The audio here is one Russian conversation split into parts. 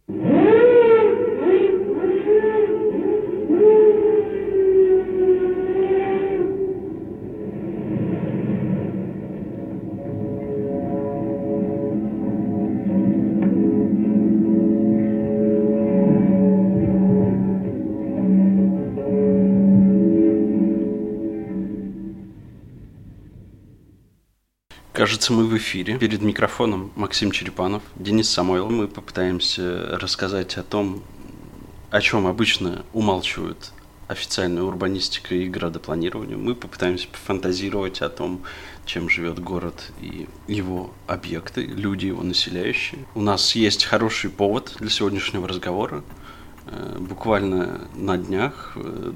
Кажется, мы в эфире. Перед микрофоном Максим Черепанов, Денис Самойлов. Мы попытаемся рассказать о том, о чем обычно умалчивают официальная урбанистика и градопланирование. Мы попытаемся пофантазировать о том, чем живет город и его объекты, люди его населяющие. У нас есть хороший повод для сегодняшнего разговора. Буквально на днях,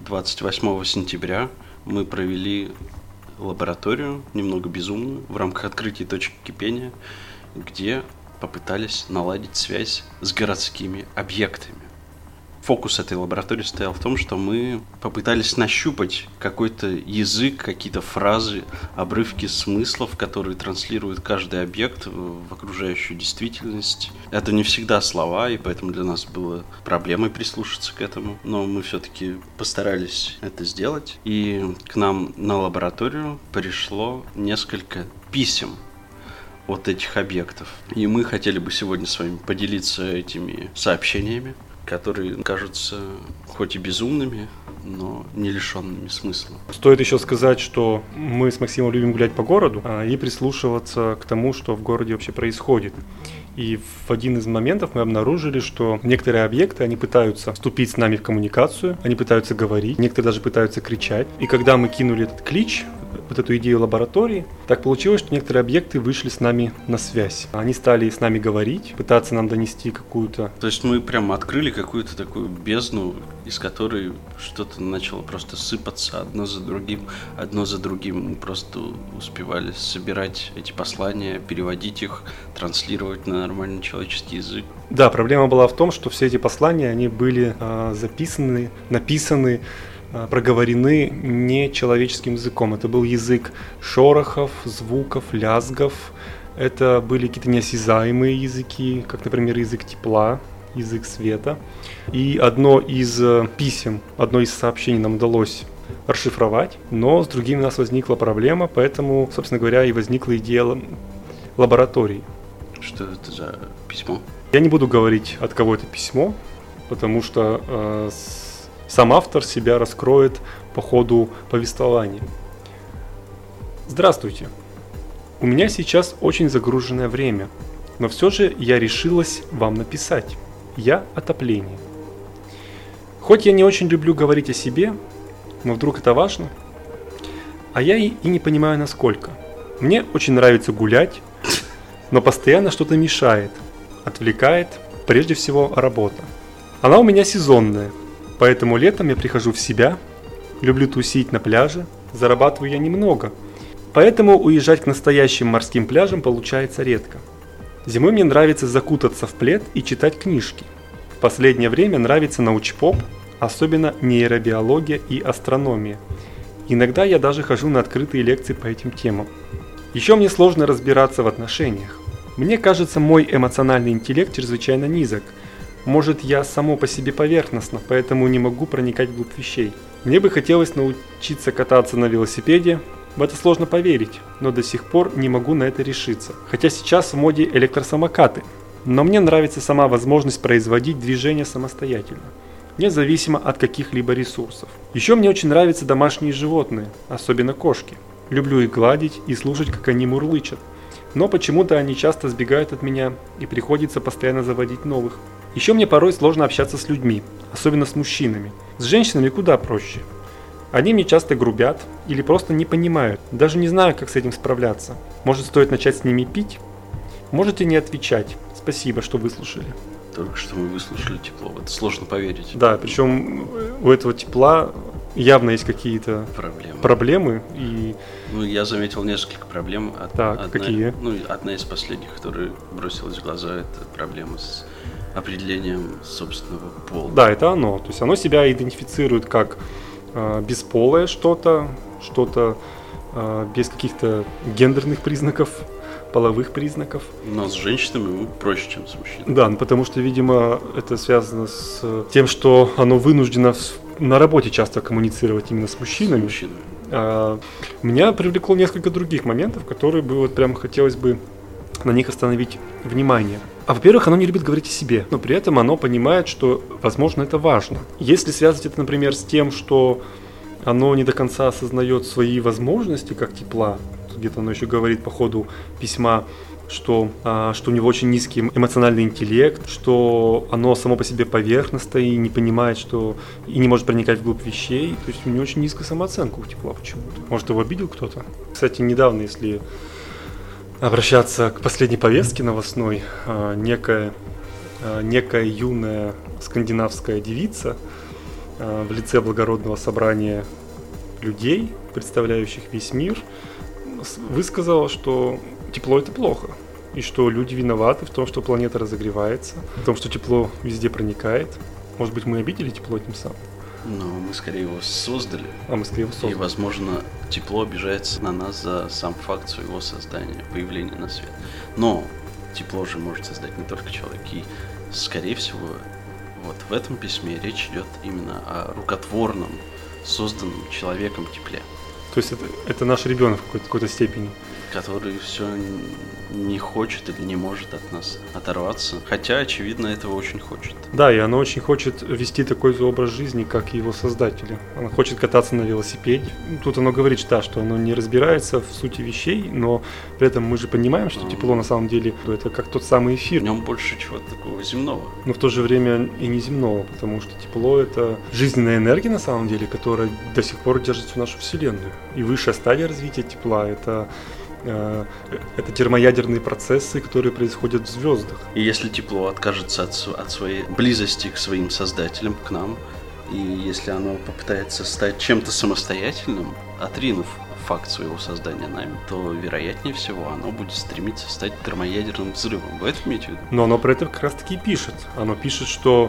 28 сентября, мы провели лабораторию, немного безумную, в рамках открытия точки кипения, где попытались наладить связь с городскими объектами. Фокус этой лаборатории состоял в том, что мы попытались нащупать какой-то язык, какие-то фразы, обрывки смыслов, которые транслирует каждый объект в окружающую действительность. Это не всегда слова, и поэтому для нас было проблемой прислушаться к этому, но мы все-таки постарались это сделать. И к нам на лабораторию пришло несколько писем от этих объектов. И мы хотели бы сегодня с вами поделиться этими сообщениями, которые кажутся хоть и безумными, но не лишенными смысла. Стоит еще сказать, что мы с Максимом любим гулять по городу и прислушиваться к тому, что в городе вообще происходит. И в один из моментов мы обнаружили, что некоторые объекты, они пытаются вступить с нами в коммуникацию, они пытаются говорить, некоторые даже пытаются кричать. И когда мы кинули этот клич, вот эту идею лаборатории, так получилось, что некоторые объекты вышли с нами на связь. Они стали с нами говорить, пытаться нам донести какую-то... То есть мы прямо открыли какую-то такую бездну, из которой что-то начало просто сыпаться одно за другим. Мы просто успевали собирать эти послания, переводить их, транслировать на нормальный человеческий язык. Да, проблема была в том, что все эти послания, они были записаны, написаны, проговорены не человеческим языком. Это был язык шорохов, звуков, лязгов. Это были какие-то неосязаемые языки, как, например, язык тепла, язык света. И одно из писем, одно из сообщений нам удалось расшифровать, но с другими у нас возникла проблема, поэтому, собственно говоря, и возникла идея лаборатории. Что это за письмо? Я не буду говорить, от кого это письмо, потому что сам автор себя раскроет по ходу повествования. Здравствуйте. У меня сейчас очень загруженное время, но все же я решилась вам написать. Я отопление. Хоть я не очень люблю говорить о себе, но вдруг это важно, а я и не понимаю насколько. Мне очень нравится гулять, но постоянно что-то мешает, отвлекает, прежде всего работа. Она у меня сезонная. Поэтому летом я прихожу в себя, люблю тусить на пляже, зарабатываю я немного. Поэтому уезжать к настоящим морским пляжам получается редко. Зимой мне нравится закутаться в плед и читать книжки. В последнее время нравится научпоп, особенно нейробиология и астрономия. Иногда я даже хожу на открытые лекции по этим темам. Еще мне сложно разбираться в отношениях. Мне кажется, мой эмоциональный интеллект чрезвычайно низок. Может, я само по себе поверхностно, поэтому не могу проникать вглубь вещей. Мне бы хотелось научиться кататься на велосипеде. В это сложно поверить, но до сих пор не могу на это решиться. Хотя сейчас в моде электросамокаты. Но мне нравится сама возможность производить движение самостоятельно, независимо от каких-либо ресурсов. Еще мне очень нравятся домашние животные, особенно кошки. Люблю их гладить и слушать, как они мурлычат. Но почему-то они часто сбегают от меня и приходится постоянно заводить новых. Еще мне порой сложно общаться с людьми, особенно с мужчинами. С женщинами куда проще. Они мне часто грубят или просто не понимают. Даже не знаю, как с этим справляться. Может, стоит начать с ними пить? Можете не отвечать. Спасибо, что выслушали. Только что мы выслушали тепло. В это сложно поверить. Да, причем у этого тепла явно есть какие-то проблемы. И... Ну, я заметил несколько проблем. Какие? Одна из последних, которая бросилась в глаза, это проблема с определением собственного пола. Да, это оно. То есть оно себя идентифицирует как бесполое что-то без каких-то гендерных признаков, половых признаков. Но с женщинами проще, чем с мужчинами. Да, потому что, видимо, это связано с тем, что оно вынуждено на работе часто коммуницировать именно с мужчинами. Меня привлекло несколько других моментов, которые бы вот прям хотелось бы на них остановить внимание. Во-первых, оно не любит говорить о себе, но при этом оно понимает, что, возможно, это важно. Если связать это, например, с тем, что оно не до конца осознает свои возможности, как тепла, где-то оно еще говорит по ходу письма, что у него очень низкий эмоциональный интеллект, что оно само по себе поверхностное и не понимает, и не может проникать вглубь вещей. То есть у него очень низкая самооценка у тепла почему-то. Может, его обидел кто-то? Кстати, недавно, если обращаться к последней повестке новостной, некая юная скандинавская девица в лице благородного собрания людей, представляющих весь мир, высказала, что тепло – это плохо, и что люди виноваты в том, что планета разогревается, в том, что тепло везде проникает. Может быть, мы обидели тепло этим самым? Но мы скорее его создали. И, возможно, тепло обижается на нас за сам факт своего создания, появления на свет. Но тепло же может создать не только человек. И, скорее всего, вот в этом письме речь идет именно о рукотворном, созданном человеком тепле. То есть это наш ребенок в какой-то степени. Который все не хочет или не может от нас оторваться. Хотя, очевидно, этого очень хочет. Да, и оно очень хочет вести такой же образ жизни, как и его создатели. Оно хочет кататься на велосипеде. Тут оно говорит, что оно не разбирается в сути вещей, но при этом мы же понимаем, что тепло на самом деле это как тот самый эфир. В нем больше чего-то такого земного. Но в то же время и не земного, потому что тепло — это жизненная энергия на самом деле, которая до сих пор держит всю нашу Вселенную. И высшая стадия развития тепла — это термоядерные процессы, которые происходят в звездах. И если тепло откажется от своей близости к своим создателям, к нам, и если оно попытается стать чем-то самостоятельным, отринув факт своего создания нами, то, вероятнее всего, оно будет стремиться стать термоядерным взрывом. Вы это имеете в виду? Но оно про это как раз таки и пишет. Оно пишет, что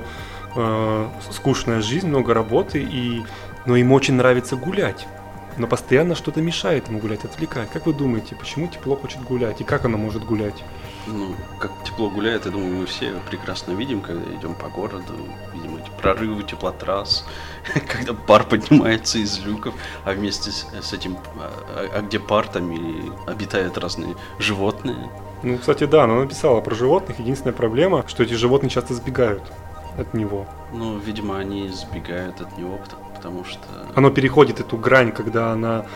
скучная жизнь, много работы, но им очень нравится гулять. Но постоянно что-то мешает ему гулять, отвлекает. Как вы думаете, почему тепло хочет гулять? И как оно может гулять? Как тепло гуляет, я думаю, мы все прекрасно видим, когда идем по городу. Видим эти прорывы теплотрасс, когда пар поднимается из люков, а вместе с этим, где пар, там и обитают разные животные. Кстати, да, она написала про животных. Единственная проблема, что эти животные часто сбегают от него. Видимо, они сбегают от него, потому что... Оно переходит эту грань, когда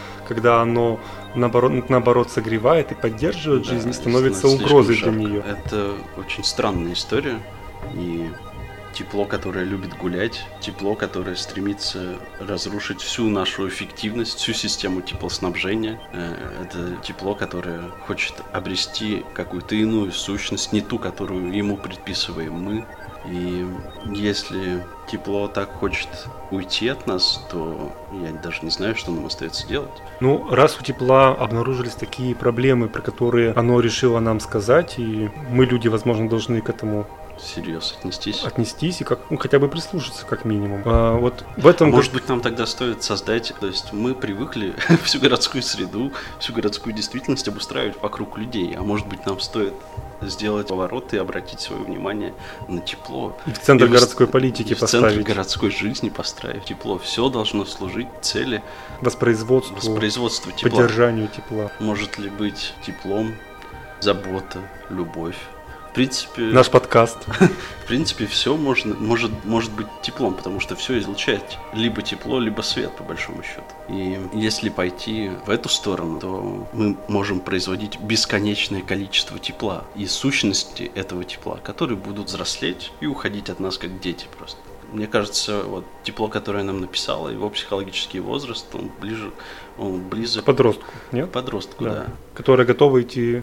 оно наоборот согревает и поддерживает жизнь, и становится угрозой для нее. Это очень странная история. И тепло, которое любит гулять, тепло, которое стремится разрушить всю нашу эффективность, всю систему теплоснабжения. Это тепло, которое хочет обрести какую-то иную сущность, не ту, которую ему предписываем мы. И если тепло так хочет уйти от нас, то я даже не знаю, что нам остается делать. Раз у тепла обнаружились такие проблемы, про которые оно решило нам сказать, и мы, люди, возможно, должны к этому всерьез отнестись и хотя бы прислушаться, как минимум. Вот в этом... Может быть, нам тогда стоит создать... То есть мы привыкли всю городскую среду, всю городскую действительность обустраивать вокруг людей. А может быть, нам стоит сделать поворот и обратить свое внимание на тепло. И в центр городской политики поставить. В центр городской жизни поставить тепло. Все должно служить цели воспроизводству тепла. Поддержанию тепла. Может ли быть теплом забота, любовь? В принципе... Наш подкаст. В принципе, все может быть теплом, потому что все излучает либо тепло, либо свет, по большому счету. И если пойти в эту сторону, то мы можем производить бесконечное количество тепла и сущности этого тепла, которые будут взрослеть и уходить от нас как дети просто. Мне кажется, вот тепло, которое нам написала, его психологический возраст, он близок... К подростку, нет? Подростку, да. Который готов идти...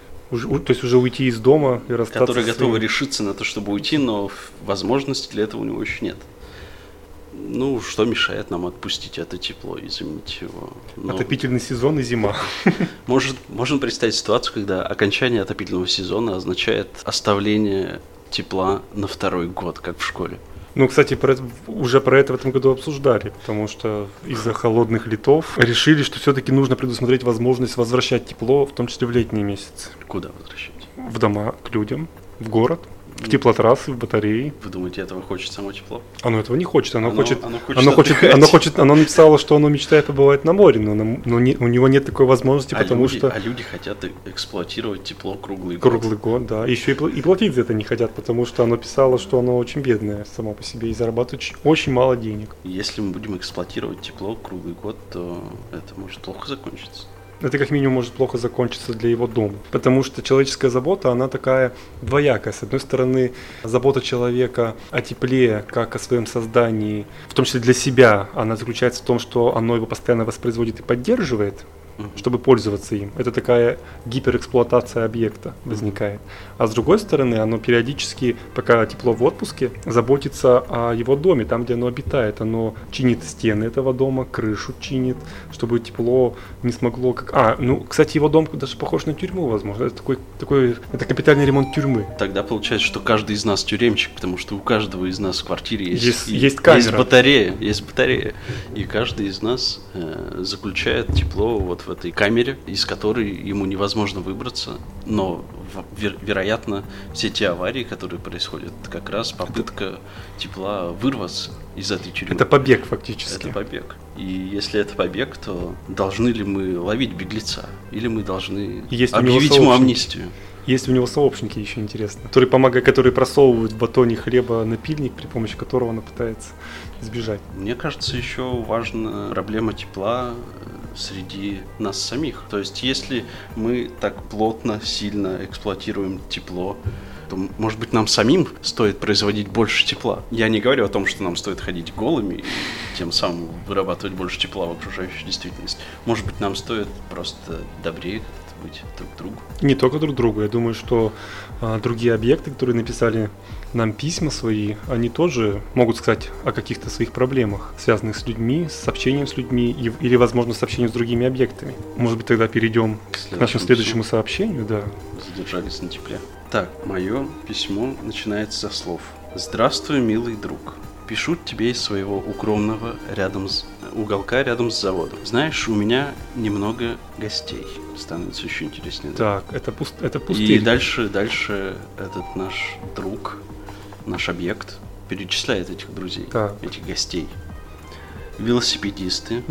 То есть уже уйти из дома и расстаться который готовы решиться на то, чтобы уйти, но возможности для этого у него еще нет. Что мешает нам отпустить это тепло и заменить его? Отопительный сезон и зима. Можно представить ситуацию, когда окончание отопительного сезона означает оставление тепла на второй год, как в школе. Ну, кстати, уже про это в этом году обсуждали, потому что из-за холодных летов решили, что все-таки нужно предусмотреть возможность возвращать тепло, в том числе в летние месяцы. Куда возвращать? В дома, к людям, в город, в теплотрассы, в батареи. Вы думаете, этого хочет само тепло? Оно этого не хочет. Оно хочет. отдыхать. Оно написало, что оно мечтает побывать на море, но у него нет такой возможности, потому что. А люди хотят эксплуатировать тепло круглый год. Круглый год, да. Еще и платить за это не хотят, потому что оно писало, что оно очень бедное само по себе и зарабатывает очень мало денег. Если мы будем эксплуатировать тепло круглый год, то это может плохо закончиться. Это как минимум может плохо закончиться для его дома. Потому что человеческая забота, она такая двоякая. С одной стороны, забота человека о тепле, как о своем создании, в том числе для себя, она заключается в том, что оно его постоянно воспроизводит и поддерживает, чтобы пользоваться им. Это такая гиперэксплуатация объекта возникает. А с другой стороны, оно периодически, пока тепло в отпуске, заботится о его доме, там, где оно обитает. Оно чинит стены этого дома, крышу чинит, чтобы тепло не смогло... Кстати, его дом даже похож на тюрьму, возможно. Это капитальный ремонт тюрьмы. Тогда получается, что каждый из нас тюремщик, потому что у каждого из нас в квартире есть камера. Есть батарея. И каждый из нас заключает тепло вот в этой камере, из которой ему невозможно выбраться, но вероятно все те аварии, которые происходят, это как раз попытка тепла вырваться из этой тюрьмы. Это побег фактически. Это побег. И если это побег, то должны ли мы ловить беглеца? Или мы должны объявить ему амнистию? Есть у него сообщники еще интересно, которые просовывают в батоне хлеба напильник, при помощи которого он пытается сбежать. Мне кажется, еще важна проблема тепла среди нас самих. То есть, если мы так плотно, сильно эксплуатируем тепло, то, может быть, нам самим стоит производить больше тепла. Я не говорю о том, что нам стоит ходить голыми и тем самым вырабатывать больше тепла в окружающей действительности. Может быть, нам стоит просто добрее быть друг к другу. Не только друг другу. Я думаю, что другие объекты, которые написали нам письма свои, они тоже могут сказать о каких-то своих проблемах, связанных с людьми, с общением с людьми или, возможно, с общением с другими объектами. Может быть, тогда перейдем к нашему следующему сообщению, да. Задержались на тепле. Так, мое письмо начинается со слов. «Здравствуй, милый друг. Пишу тебе из своего укромного уголка рядом с заводом. Знаешь, у меня немного гостей». Становится еще интереснее. Так, это пустырь. И дальше этот наш друг, наш объект перечисляет этих друзей, этих гостей. Велосипедисты,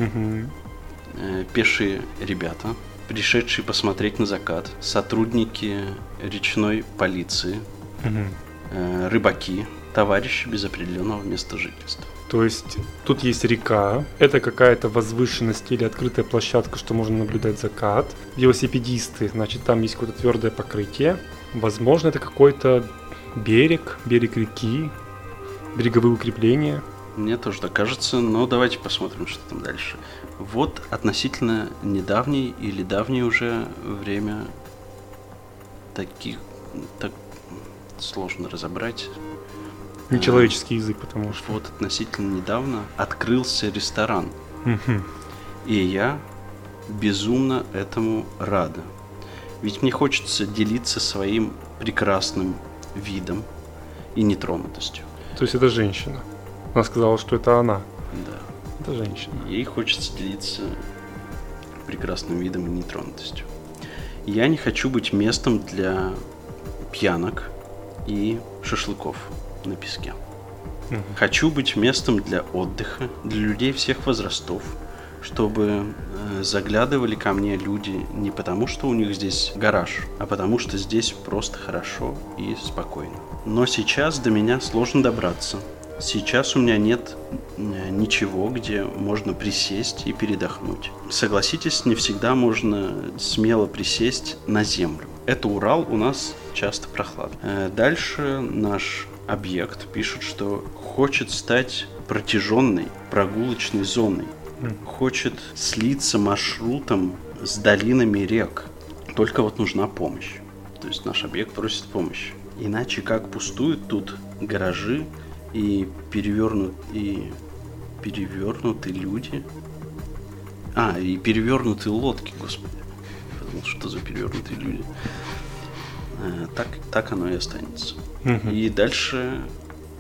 пешие ребята, пришедшие посмотреть на закат, сотрудники речной полиции, рыбаки, товарищи без определенного места жительства. То есть тут есть река, это какая-то возвышенность или открытая площадка, что можно наблюдать закат. Велосипедисты, значит, там есть какое-то твердое покрытие. Возможно, это какой-то берег реки, береговые укрепления. Мне тоже так кажется, но давайте посмотрим, что там дальше. Вот относительно недавнее или давнее уже время так сложно разобрать. Нечеловеческий язык, потому что... Вот относительно недавно открылся ресторан. И я безумно этому рада. Ведь мне хочется делиться своим прекрасным видом и нетронутостью. То есть это женщина. Она сказала, что это она. Да. Это женщина. Ей хочется делиться прекрасным видом и нетронутостью. Я не хочу быть местом для пьянок и шашлыков на песке. Хочу быть местом для отдыха, для людей всех возрастов, чтобы заглядывали ко мне люди не потому, что у них здесь гараж, а потому, что здесь просто хорошо и спокойно. Но сейчас до меня сложно добраться. Сейчас у меня нет ничего, где можно присесть и передохнуть. Согласитесь, не всегда можно смело присесть на землю. Это Урал, у нас часто прохладно. Дальше наш объект пишет, что хочет стать протяженной прогулочной зоной. Хочет слиться маршрутом с долинами рек. Только вот нужна помощь. То есть наш объект просит помощи. Иначе как пустуют тут гаражи и перевернутые люди. И перевернутые лодки, господи. Я подумал, что за перевернутые люди. Так оно и останется. И дальше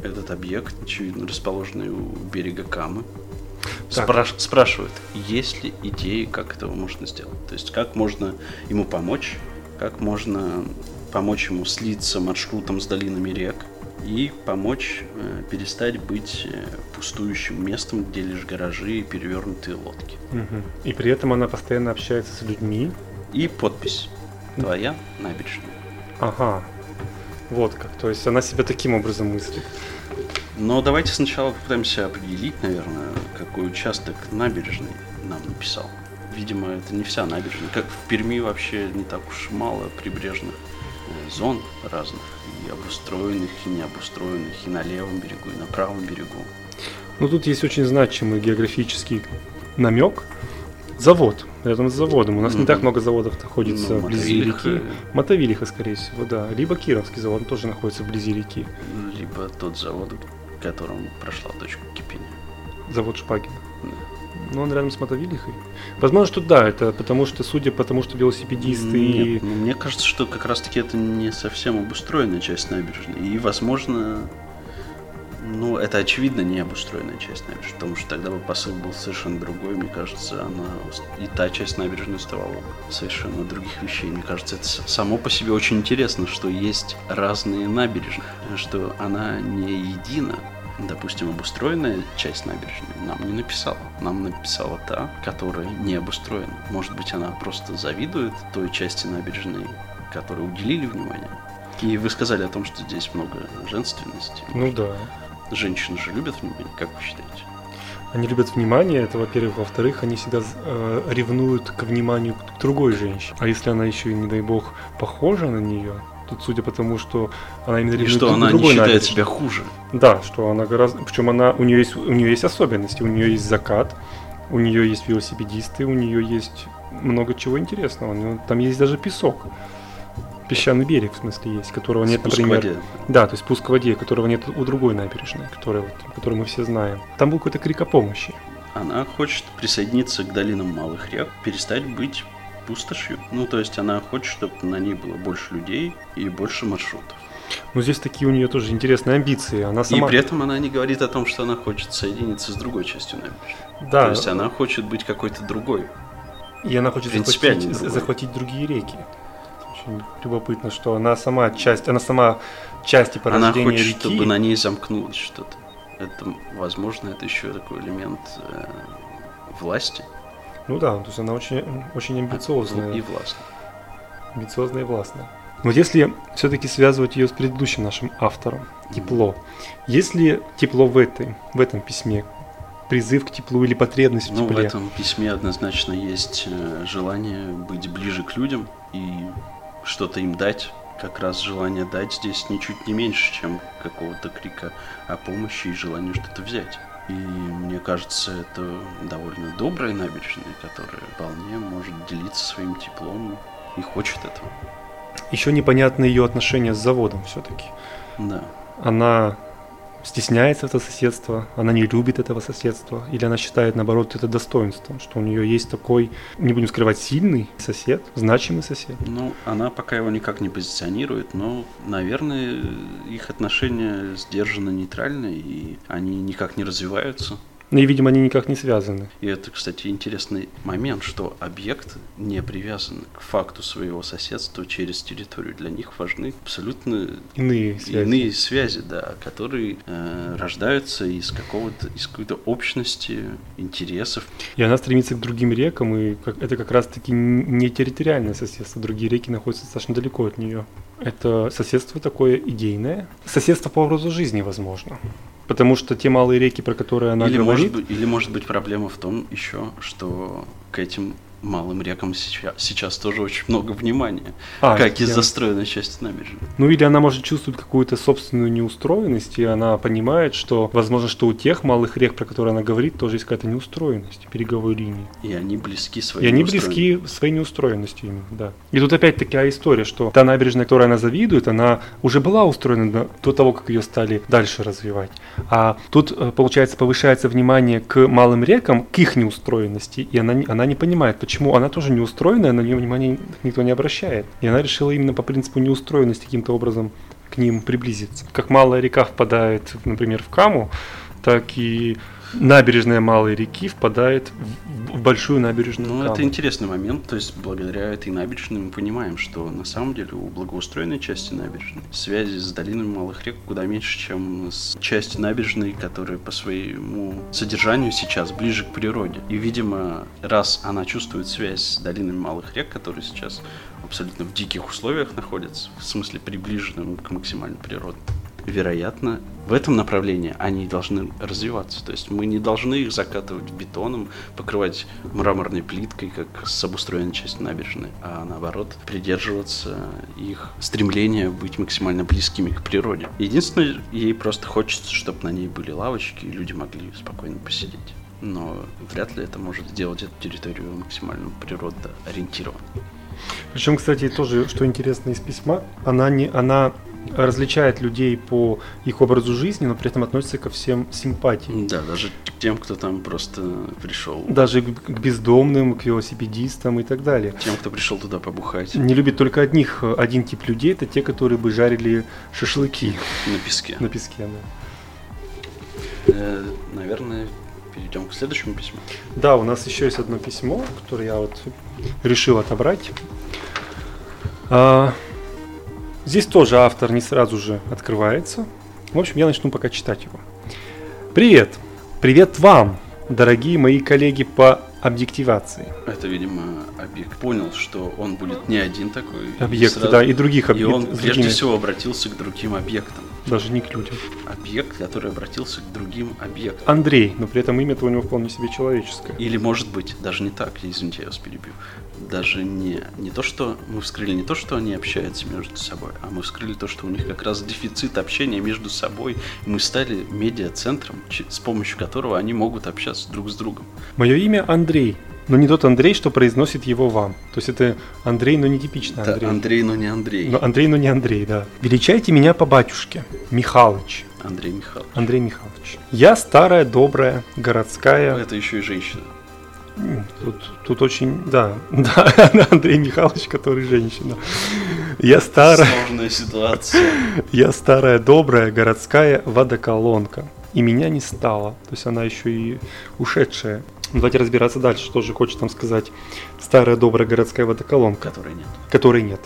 этот объект, очевидно, расположенный у берега Камы, Так. спрашивает, есть ли идеи, как этого можно сделать. То есть, как можно ему помочь, как можно помочь ему слиться маршрутом с долинами рек и помочь перестать быть пустующим местом, где лишь гаражи и перевернутые лодки. Мгм. И при этом она постоянно общается с людьми. И подпись «Твоя набережная». Ага. Вот как. То есть она себя таким образом мыслит. Но давайте сначала попытаемся определить, наверное, какой участок набережной нам написал. Видимо, это не вся набережная. Как в Перми вообще не так уж мало прибрежных зон разных, и обустроенных, и необустроенных, и на левом берегу, и на правом берегу. Ну тут есть очень значимый географический намек. Завод. Рядом с заводом. У нас не так много заводов находится вблизи реки. Мотовилиха, скорее всего, да. Либо Кировский завод тоже находится вблизи реки. Либо тот завод, в котором прошла точка кипения. Завод Шпагина. Да. Но он рядом с Мотовилихой. Возможно, что да, это потому что, судя по тому, что велосипедисты и... Нет, мне кажется, что как раз-таки это не совсем обустроенная часть набережной. И, возможно, ну, это очевидно не обустроенная часть набережной, потому что тогда бы посыл был совершенно другой. Мне кажется, она и та часть набережной уставала совершенно других вещей. Мне кажется, это само по себе очень интересно, что есть разные набережные, что она не едина. Допустим, обустроенная часть набережной нам не написала. Нам написала та, которая не обустроена. Может быть, она просто завидует той части набережной, которой уделили внимание. И вы сказали о том, что здесь много женственности. Ну да. Женщины же любят внимание, как вы считаете? Они любят внимание, это во-первых. Во-вторых, они всегда ревнуют к вниманию к другой женщине. А если она еще и, не дай бог, похожа на нее, тут, судя по тому, что она именно ревнует и что к она другой не считает набережной. себя хуже. Да, что она гораздо... Причем у нее есть особенности. У нее есть закат, у нее есть велосипедисты, у нее есть много чего интересного. Там есть даже песок. Песчаный берег, в смысле, есть, которого нет, Спуск например... в воде. Да, то есть спуск в воде, которого нет у другой набережной, которую мы все знаем. Там был какой-то крик о помощи. Она хочет присоединиться к долинам малых рек, перестать быть пустошью. Ну, то есть она хочет, чтобы на ней было больше людей и больше маршрутов. Но здесь такие у нее тоже интересные амбиции. Она сама... И при этом она не говорит о том, что она хочет соединиться с другой частью набережной. Да. То есть она хочет быть какой-то другой. И она хочет принципиально захватить другие реки. Очень любопытно, что она сама часть и порождение она хочет, реки. чтобы на ней замкнулось что-то. Это, возможно, это еще такой элемент власти. Ну да, то есть она очень, очень амбициозная. И властная. Амбициозная и властная. Но если все-таки связывать ее с предыдущим нашим автором, тепло. Есть ли тепло в этом письме? Призыв к теплу или потребность в тепле? тепле? В этом письме однозначно есть желание быть ближе к людям и что-то им дать. Как раз желание дать здесь ничуть не меньше, чем какого-то крика о помощи и желание что-то взять. И мне кажется, это довольно добрая набережная, которая вполне может делиться своим теплом и хочет этого. Еще непонятно ее отношение с заводом все-таки. Да. Она стесняется этого соседства, она не любит этого соседства, или она считает, наоборот, это достоинством, что у нее есть такой, не будем скрывать, сильный сосед, значимый сосед. Ну, она пока его никак не позиционирует, но, наверное, их отношения сдержанно нейтральны, и они никак не развиваются. Ну и, видимо, они никак не связаны. И это, кстати, интересный момент, что объекты не привязаны к факту своего соседства через территорию. Для них важны абсолютно иные связи, да, которые рождаются из какой-то общности интересов. И она стремится к другим рекам, и это как раз-таки не территориальное соседство. Другие реки находятся достаточно далеко от нее. Это соседство такое идейное. Соседство по образу жизни, возможно. Потому что те малые реки, про которые она говорит... Или может быть проблема в том еще, что к этим малым рекам сейчас тоже очень много внимания, как и застроенной части набережной. Ну или она может чувствовать какую-то собственную неустроенность, и она понимает, что, возможно, что у тех малых рек, про которые она говорит, тоже есть какая-то неустроенность береговой линии. И они близки своей неустроенностью именно, да. И тут опять такая история, что та набережная, которой она завидует, она уже была устроена до того, как ее стали дальше развивать. А тут, получается, повышается внимание к малым рекам, к их неустроенности, и она не понимает, почему она тоже неустроенная, на нее внимания никто не обращает. И она решила именно по принципу неустроенности каким-то образом к ним приблизиться. Как Малая река впадает, например, в Каму, так и набережная Малой реки впадает в большую набережную Каму. Это интересный момент, то есть благодаря этой набережной мы понимаем, что на самом деле у благоустроенной части набережной связи с долинами малых рек куда меньше, чем с частью набережной, которая по своему содержанию сейчас ближе к природе. И, видимо, раз она чувствует связь с долинами малых рек, которые сейчас абсолютно в диких условиях находятся, в смысле приближенным к максимальной природе, вероятно, в этом направлении они должны развиваться. То есть мы не должны их закатывать бетоном, покрывать мраморной плиткой, как с обустроенной частью набережной, а наоборот, придерживаться их стремления быть максимально близкими к природе. Единственное, ей просто хочется, чтобы на ней были лавочки, и люди могли спокойно посидеть. Но вряд ли это может сделать эту территорию максимально природоориентированной. Причем, кстати, тоже, что интересно из письма, она различает людей по их образу жизни, но при этом относится ко всем с симпатией. Да, даже к тем, кто там просто пришел. Даже к бездомным, к велосипедистам и так далее. Тем, кто пришел туда побухать. Не любит только один тип людей, это те, которые бы жарили шашлыки. На песке. На песке, да. Наверное, перейдем к следующему письму. Да, у нас еще есть одно письмо, которое я решил отобрать. Здесь тоже автор не сразу же открывается. В общем, я начну пока читать его. Привет! Привет вам, дорогие мои коллеги по объективации. Это, видимо, объект понял, что он будет не один такой. Объект, да, и других объектов. И он прежде всего обратился к другим объектам. Даже не к людям. Объект, который обратился к другим объектам. Андрей, но при этом имя-то у него вполне себе человеческое. Или, может быть, даже не так, извините, я вас перебью. Даже не то, что мы вскрыли не то, что они общаются между собой, а мы вскрыли то, что у них как раз дефицит общения между собой. И мы стали медиацентром, с помощью которого они могут общаться друг с другом. Мое имя Андрей, но не тот Андрей, что произносит его вам. То есть это Андрей, но не типичный Андрей. Это Андрей, но не Андрей. Андрей, но не Андрей, да. Величайте меня по батюшке. Михалыч. Андрей Михайлович. Андрей Михайлович. Я старая, добрая, городская... Это еще и женщина. Тут очень... Да, Андрей Михайлович, который женщина. Я старая... Сложная ситуация. Я старая, добрая, городская водоколонка. И меня не стало. То есть она еще и ушедшая. Давайте разбираться дальше, что же хочет нам сказать старая, добрая городская водоколонка. Которой нет.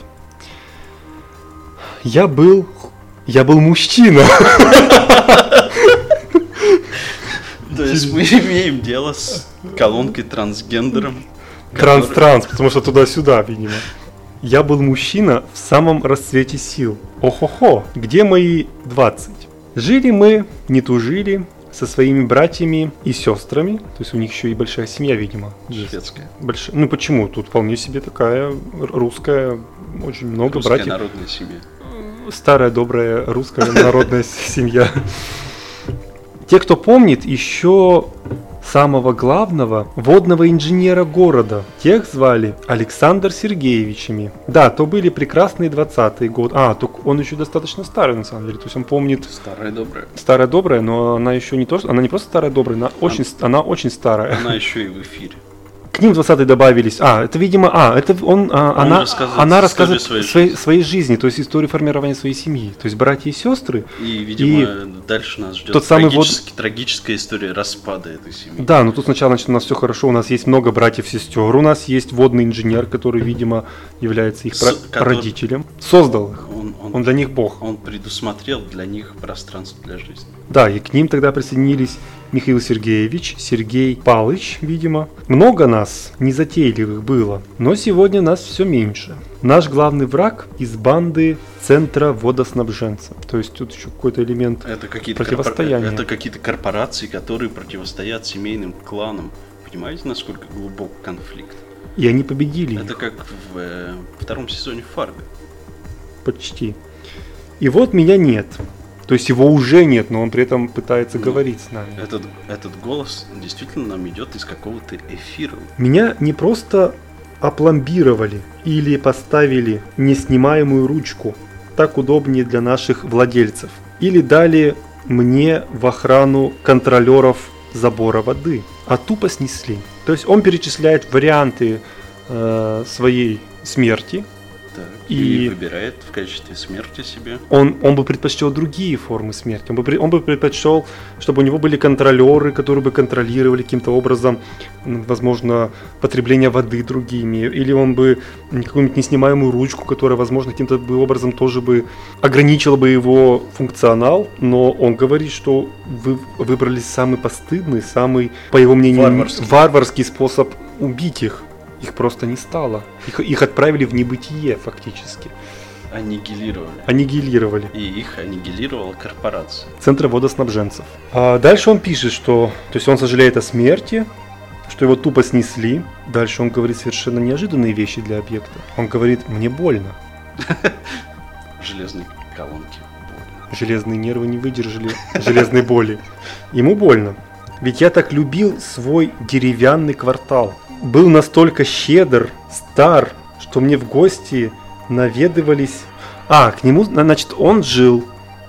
Я был мужчина. То есть мы имеем дело с колонкой трансгендером. Транс, потому что туда-сюда, видимо. Я был мужчина в самом расцвете сил. Охо-хо, где мои 20? Жили мы, не тужили, со своими братьями и сестрами. То есть у них еще и большая семья, видимо. Шведская. Ну почему? Тут вполне себе такая русская, очень много русская братьев. Народная семья. Старая, добрая русская народная семья. Те, кто помнит, еще самого главного водного инженера города. Тех звали Александр Сергеевичами. Да, то были прекрасные 20-е годы. Только он еще достаточно старый, на самом деле. То есть он помнит... Старая добрая. Старая добрая, но она еще не то, что... Она не просто старая добрая, она очень старая. Она еще и в эфире. К ним 20-е добавились. Это, видимо, она рассказывает своей жизни, то есть историю формирования своей семьи. То есть братья и сестры. И, видимо, дальше нас ждет трагическая история распада этой семьи. Да, но тут сначала у нас все хорошо, у нас есть много братьев и сестер, у нас есть водный инженер, который, видимо, является их родителем. Создал их. Он для них бог. Он предусмотрел для них пространство для жизни. Да, и к ним тогда присоединились Михаил Сергеевич, Сергей Палыч, видимо. Много нас незатейливых было, но сегодня нас все меньше. Наш главный враг из банды центра водоснабженцев. То есть тут еще какой-то элемент противостояния. Это какие-то корпорации, которые противостоят семейным кланам. Понимаете, насколько глубок конфликт? И они победили. Это как в втором сезоне Фарго. Почти. И вот меня нет. То есть его уже нет, но он при этом пытается говорить с нами. Этот голос действительно нам идет из какого-то эфира. Меня не просто опломбировали или поставили неснимаемую ручку, так удобнее для наших владельцев, или дали мне в охрану контролеров забора воды, а тупо снесли. То есть он перечисляет варианты своей смерти. Так. И выбирает в качестве смерти себе. он бы предпочел другие формы смерти. Он бы предпочел, чтобы у него были контролеры, которые бы контролировали каким-то образом, возможно, потребление воды другими. Или он бы какую-нибудь неснимаемую ручку, которая, возможно, каким-то образом тоже бы ограничила бы его функционал. Но он говорит, что вы выбрали самый постыдный, самый, по его мнению, варварский способ убить их. Их просто не стало. Их отправили в небытие фактически. Аннигилировали. И их аннигилировала корпорация. Центр водоснабженцев. А дальше он пишет, что то есть он сожалеет о смерти, что его тупо снесли. Дальше он говорит совершенно неожиданные вещи для объекта. Он говорит: мне больно. Железные колонки больно. Железные нервы не выдержали железной боли. Ему больно. Ведь я так любил свой деревянный квартал. Был настолько щедр, стар, что мне в гости наведывались... к нему, значит, он жил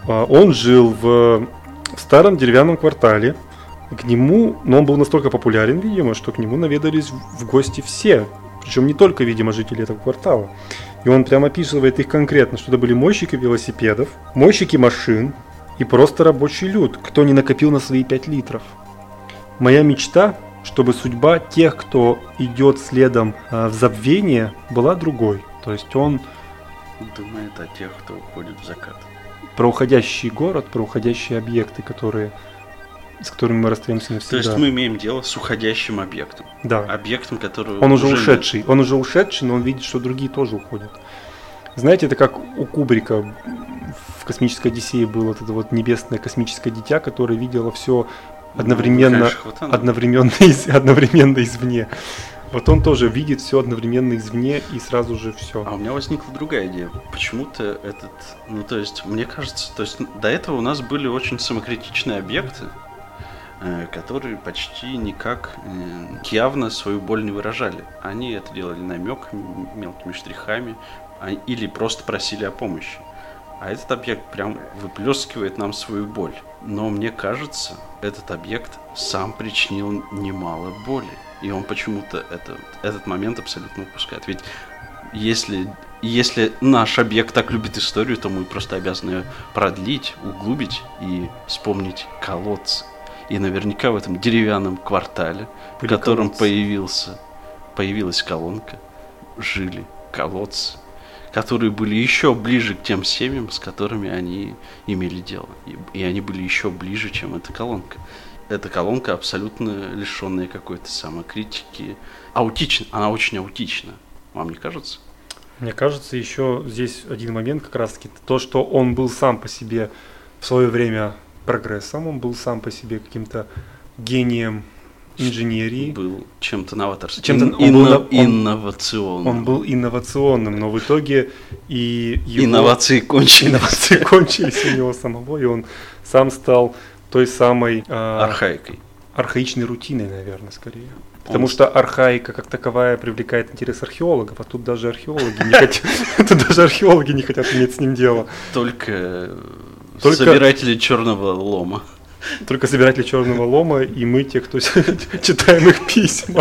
в старом деревянном квартале. К нему, но он был настолько популярен, видимо, что к нему наведались в гости все. Причем не только, видимо, жители этого квартала. И он прямо описывает их конкретно, что это были мойщики велосипедов, мойщики машин и просто рабочий люд, кто не накопил на свои 5 литров. Моя мечта, чтобы судьба тех, кто идет следом в забвение, была другой. То есть он думает о тех, кто уходит в закат. Про уходящий город, про уходящие объекты, с которыми мы расстаемся навсегда. То есть мы имеем дело с уходящим объектом. Да. Объектом, который он уже ушедший. Он уже ушедший, но он видит, что другие тоже уходят. Знаете, это как у Кубрика в «Космической Одиссее» было вот это вот небесное космическое дитя, которое видело все одновременно извне. Вот он тоже видит все одновременно извне и сразу же все. А у меня возникла другая идея. Почему-то мне кажется, до этого у нас были очень самокритичные объекты, которые почти никак явно свою боль не выражали. Они это делали намеками, мелкими штрихами, или просто просили о помощи. А этот объект прям выплескивает нам свою боль. Но мне кажется, этот объект сам причинил немало боли. И он почему-то этот момент абсолютно упускает. Ведь если наш объект так любит историю, то мы просто обязаны ее продлить, углубить и вспомнить колодцы. И наверняка в этом деревянном квартале, в котором появилась колонка, жили колодцы, которые были еще ближе к тем семьям, с которыми они имели дело. И они были еще ближе, чем эта колонка. Эта колонка абсолютно лишенная какой-то самокритики. Она очень аутична. Вам не кажется? Мне кажется, еще здесь один момент как раз-таки. То, что он был сам по себе в свое время прогрессом, он был сам по себе каким-то гением инженерии. Был чем-то новаторским. Инновационным. Он был инновационным, но в итоге инновации кончились у него самого, и он сам стал той самой архаичной рутиной, наверное, скорее. Потому что архаика как таковая привлекает интерес археологов, а тут даже археологи не хотят иметь с ним дело. Только собиратели черного лома. Только собиратели черного лома и мы, те, кто читаем их письма.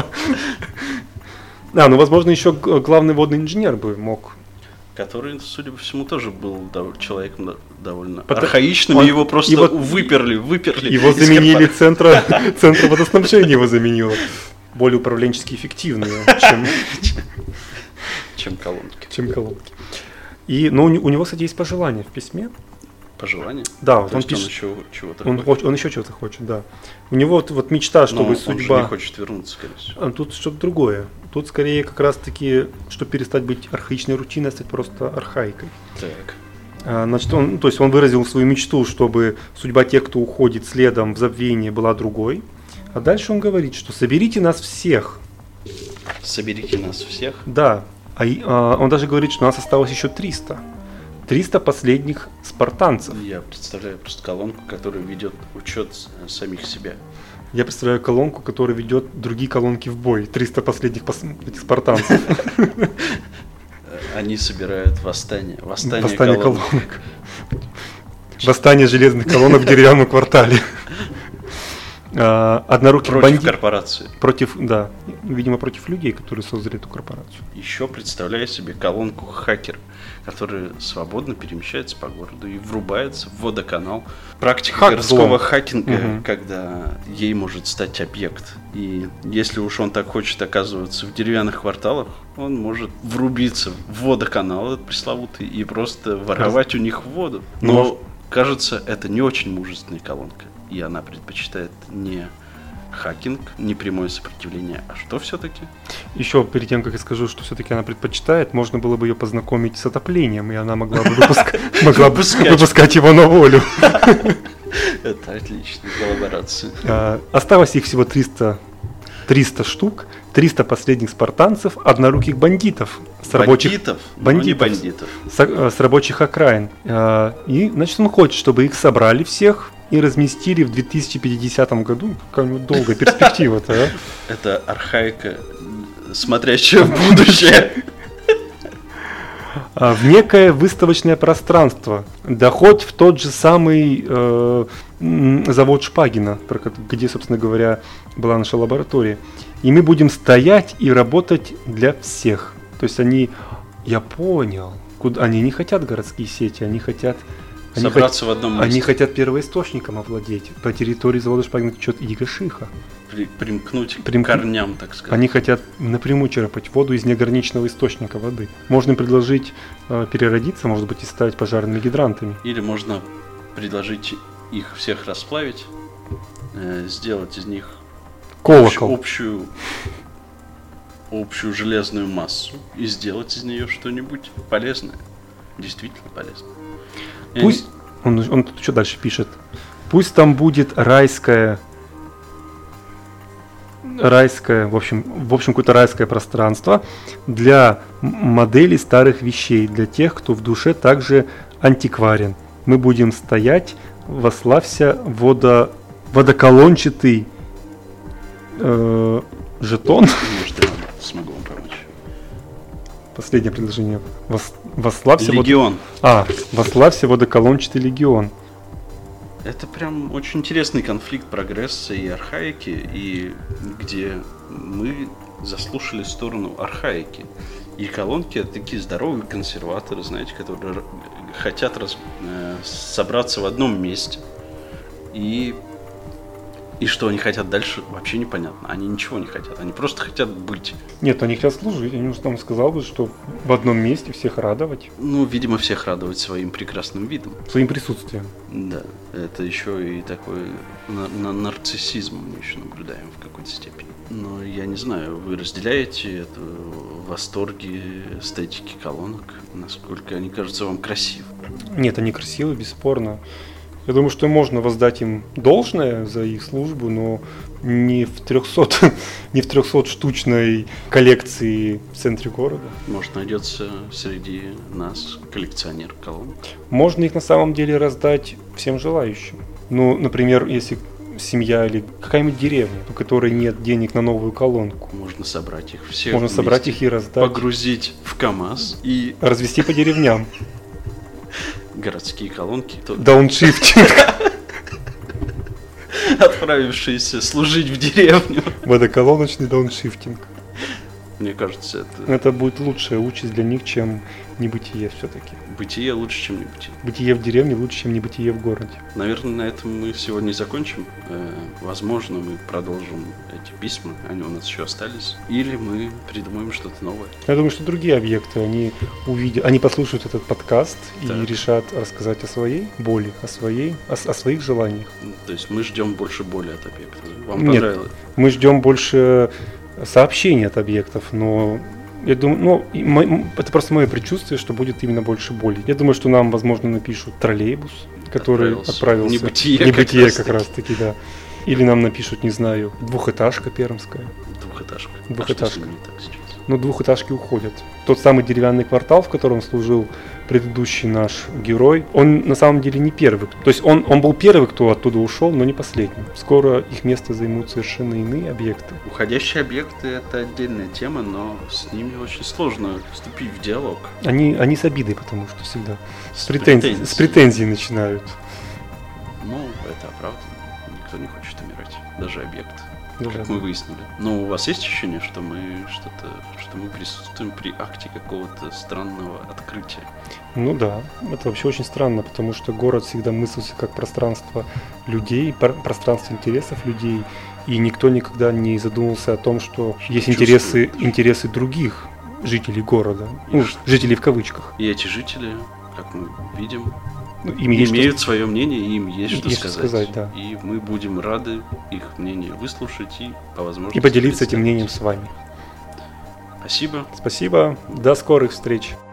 Возможно, еще главный водный инженер бы мог. Который, судя по всему, тоже был человеком довольно архаичным, его просто выперли. Его заменили центра водоснабжения, его заменило. Более управленчески эффективные, чем колонки. И, у него, кстати, есть пожелание в письме. Пожелание? Да, он пишет. Он еще чего-то хочет. Он еще чего-то хочет, да. У него вот мечта, чтобы судьба. Он же не хочет вернуться, скорее всего. Тут что-то другое. Тут скорее как раз-таки, чтобы перестать быть архаичной рутиной, стать просто архаикой. Так. Значит, он выразил свою мечту, чтобы судьба тех, кто уходит следом в забвение, была другой. А дальше он говорит, что соберите нас всех. Соберите нас всех? Да. Он даже говорит, что нас осталось еще 300. 300 последних спартанцев. Я представляю просто колонку, которая ведет учет самих себя. Я представляю колонку, которая ведет другие колонки в бой. 300 последних этих спартанцев. Они собирают восстание. Восстание колонок. Восстание железных колонок в деревянном квартале. одноруких Против бандитов. корпорации. Да, видимо, против людей, которые создали эту корпорацию. Еще представляю себе колонку хакер, который свободно перемещается по городу и врубается в водоканал. Практика городского хакинга, когда ей может стать объект. И если уж он так хочет оказываться в деревянных кварталах, он может врубиться в водоканал этот пресловутый и просто воровать у них воду. Но, кажется, это не очень мужественная колонка. И она предпочитает не хакинг, не прямое сопротивление. А что все-таки? Еще перед тем, как я скажу, что все-таки она предпочитает, можно было бы ее познакомить с отоплением, и она могла бы выпускать его на волю. Это отличная коллаборация. Осталось их всего 300 штук, 300 последних спартанцев, одноруких бандитов. Бандитов? С рабочих окраин. И, значит, он хочет, чтобы их собрали всех и разместили в 2050 году. Какая-нибудь долгая перспектива-то, а? Это архаика, смотрящая в будущее. В некое выставочное пространство. Да хоть в тот же самый завод Шпагина, где, собственно говоря, была наша лаборатория. И мы будем стоять и работать для всех. То есть я понял, они не хотят городские сети, они хотят собраться в одном месте. Они хотят первоисточником овладеть. По территории завода Шпагина течет Иго-Шиха. Примкнуть к корням, так сказать. Они хотят напрямую черпать воду из неограниченного источника воды. Можно им предложить переродиться, может быть, и стать пожарными гидрантами. Или можно предложить их всех расплавить, сделать из них общую железную массу и сделать из нее что-нибудь полезное. Действительно полезное. Пусть, он тут что дальше пишет, пусть там будет райское, в общем, какое-то райское пространство для моделей старых вещей, для тех, кто в душе также антикварен. Мы будем стоять, вославься водоколончатый жетон. Может, я смогу вам помочь. Последнее предложение. Вославься легион. Вославься водоколончатый легион. Это прям очень интересный конфликт прогресса и архаики, и где мы заслушали сторону архаики. И колонки — это такие здоровые консерваторы, знаете, которые хотят собраться в одном месте. И что они хотят дальше, вообще непонятно. Они ничего не хотят, они просто хотят быть. Нет, они хотят служить. Я там сказал бы, что в одном месте всех радовать. Ну, видимо, всех радовать своим прекрасным видом. Своим присутствием. Да, это еще и такой нарциссизм мы еще наблюдаем в какой-то степени. Но я не знаю, вы разделяете это восторги эстетики колонок? Насколько они кажутся вам красивы? Нет, они красивы, бесспорно. Я думаю, что можно воздать им должное за их службу, но не в 300-штучной коллекции в центре города. Может, найдется среди нас коллекционер колонок? Можно их на самом деле раздать всем желающим. Ну, например, если семья или какая-нибудь деревня, у которой нет денег на новую колонку. Можно собрать их все. Можно собрать их и раздать. Погрузить в КАМАЗ и развести по деревням. Городские колонки. Дауншифтинг. Отправившиеся служить в деревню. Водоколоночный дауншифтинг. Мне кажется, это будет лучшая участь для них, чем небытие все-таки. Бытие лучше, чем небытие. Бытие в деревне лучше, чем небытие в городе. Наверное, на этом мы сегодня закончим. Возможно, мы продолжим эти письма, они у нас еще остались. Или мы придумаем что-то новое. Я думаю, что другие объекты, они послушают этот подкаст и решат рассказать о своей боли, о своих желаниях. То есть мы ждем больше боли от объектов. Вам понравилось? Мы ждем больше сообщений от объектов, но я думаю, это просто мое предчувствие, что будет именно больше боли. Я думаю, что нам, возможно, напишут троллейбус, который отправился в небытие как раз таки, да. Или нам напишут, не знаю, двухэтажка пермская. Двухэтажка. Двухэтажка. Но двухэтажки уходят. Тот самый деревянный квартал, в котором служил предыдущий наш герой, он на самом деле не первый. То есть он был первый, кто оттуда ушел, но не последний. Скоро их место займут совершенно иные объекты. Уходящие объекты — это отдельная тема, но с ними очень сложно вступить в диалог. Они с обидой, потому что всегда с претензий начинают. Ну, это оправданно. Никто никто не хочет умирать, даже объект. Даже Как мы выяснили. Но у вас есть ощущение, что мы присутствуем при акте какого-то странного открытия? Ну да, это вообще очень странно, потому что город всегда мыслился как пространство людей, пространство интересов людей, и никто никогда не задумывался о том, что есть интересы других жителей города, жителей в кавычках. И эти жители, как мы видим, имеют свое мнение, и им есть что сказать. Да. И мы будем рады их мнение выслушать и по возможности и поделиться этим мнением с вами. Спасибо. Спасибо. До скорых встреч.